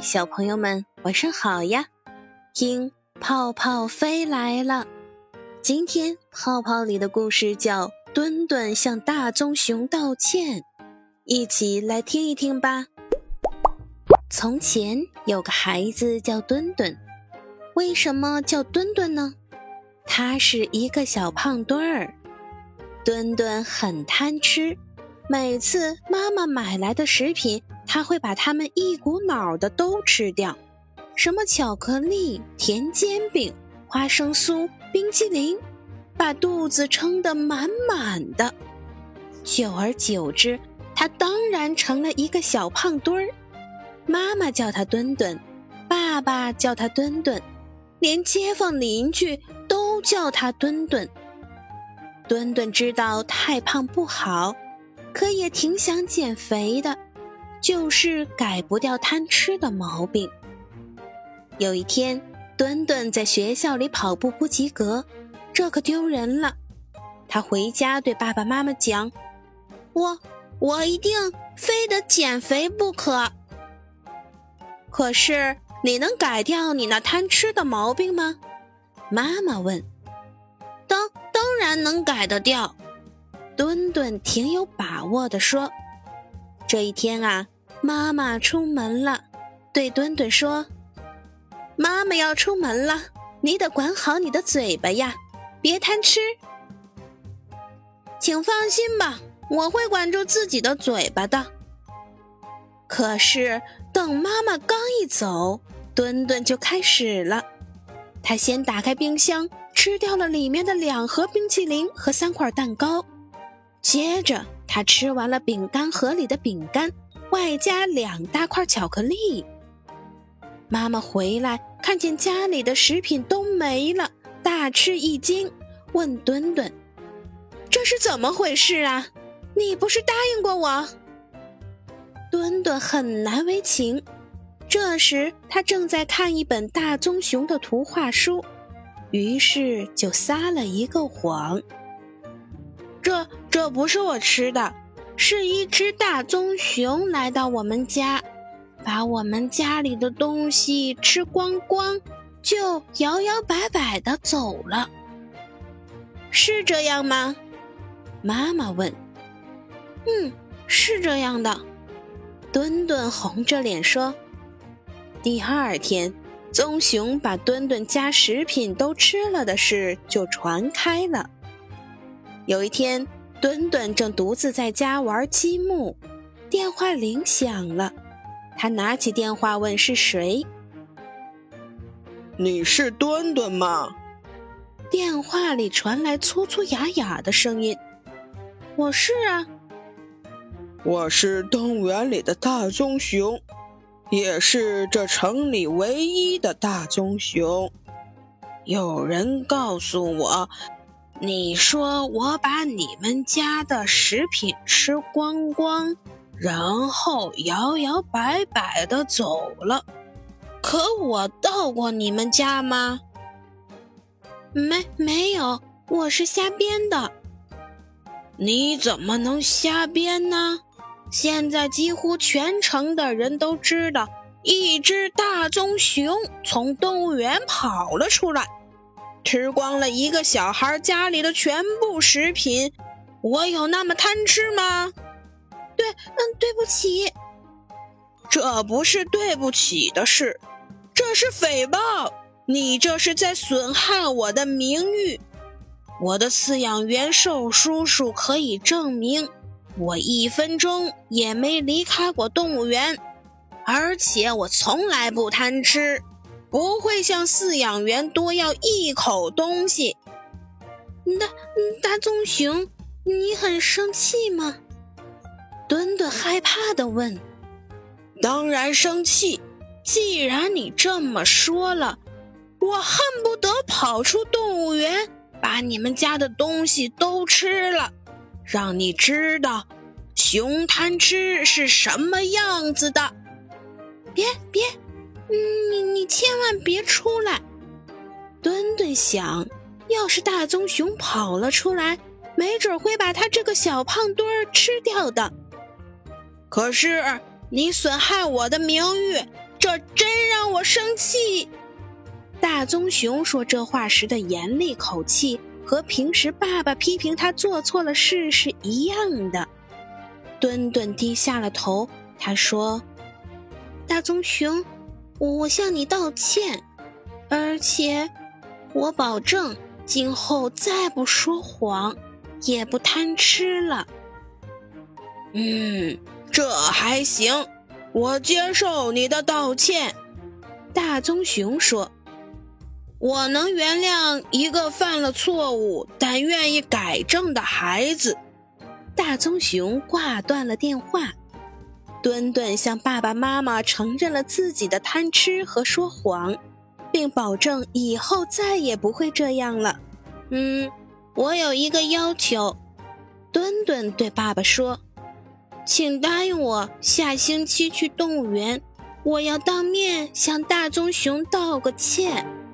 小朋友们晚上好呀！听泡泡飞来了。今天泡泡里的故事叫墩墩向大棕熊道歉，一起来听一听吧。从前有个孩子叫墩墩，为什么叫墩墩呢？他是一个小胖墩儿。墩墩很贪吃，每次妈妈买来的食品他会把它们一股脑的都吃掉，什么巧克力、甜煎饼、花生酥、冰淇淋，把肚子撑得满满的。久而久之，他当然成了一个小胖墩儿。妈妈叫他墩墩，爸爸叫他墩墩，连街坊邻居都叫他墩墩。墩墩知道太胖不好，可也挺想减肥的，就是改不掉贪吃的毛病。有一天，墩墩在学校里跑步不及格，这可丢人了。他回家对爸爸妈妈讲，我一定非得减肥不可。可是你能改掉你那贪吃的毛病吗？妈妈问。当然能改得掉，墩墩挺有把握地说。这一天啊，妈妈出门了，对墩墩说，妈妈要出门了，你得管好你的嘴巴呀，别贪吃。请放心吧，我会管住自己的嘴巴的。可是等妈妈刚一走，墩墩就开始了。他先打开冰箱，吃掉了里面的2盒冰淇淋和3块蛋糕，接着他吃完了饼干盒里的饼干，外加2大块巧克力。妈妈回来看见家里的食品都没了，大吃一惊，问墩墩，这是怎么回事啊？你不是答应过我？墩墩很难为情，这时他正在看一本大棕熊的图画书，于是就撒了一个谎。这不是我吃的，是一只大棕熊来到我们家，把我们家里的东西吃光光，就摇摇摆摆地走了。是这样吗？妈妈问。是这样的。墩墩红着脸说。第2天，棕熊把墩墩家食品都吃了的事就传开了。有一天，墩墩正独自在家玩积木，电话铃响了，他拿起电话问是谁。 你是墩墩吗？ 电话里传来粗粗哑哑的声音。我是啊。 我是动物园里的大棕熊，也是这城里唯一的大棕熊。有人告诉我，你说我把你们家的食品吃光光，然后摇摇摆摆地走了。可我到过你们家吗？没有，我是瞎编的。你怎么能瞎编呢？现在几乎全城的人都知道，一只大棕熊从动物园跑了出来，吃光了一个小孩家里的全部食品。我有那么贪吃吗？对不起。这不是对不起的事，这是诽谤，你这是在损害我的名誉。我的饲养员瘦叔叔可以证明，我1分钟也没离开过动物园，而且我从来不贪吃，不会向饲养员多要1口东西。大棕熊，你很生气吗？墩墩害怕地问。当然生气，既然你这么说了，我恨不得跑出动物园，把你们家的东西都吃了，让你知道熊贪吃是什么样子的。别，你千万别出来。墩墩想，要是大棕熊跑了出来，没准会把他这个小胖墩儿吃掉的。可是你损害我的名誉， 这真让我生气。 大棕熊说这话时的严厉口气和平时爸爸批评他做错了事是一样的。墩墩低下了头，他说：大棕熊，我向你道歉，而且我保证今后再不说谎，也不贪吃了。 这还行，我接受你的道歉。 大棕熊说： 我能原谅一个犯了错误但愿意改正的孩子。 大棕熊挂断了电话。墩墩向爸爸妈妈承认了自己的贪吃和说谎，并保证以后再也不会这样了。 我有一个要求。 墩墩对爸爸说： 请答应我下星期去动物园，我要当面向大棕熊道个歉。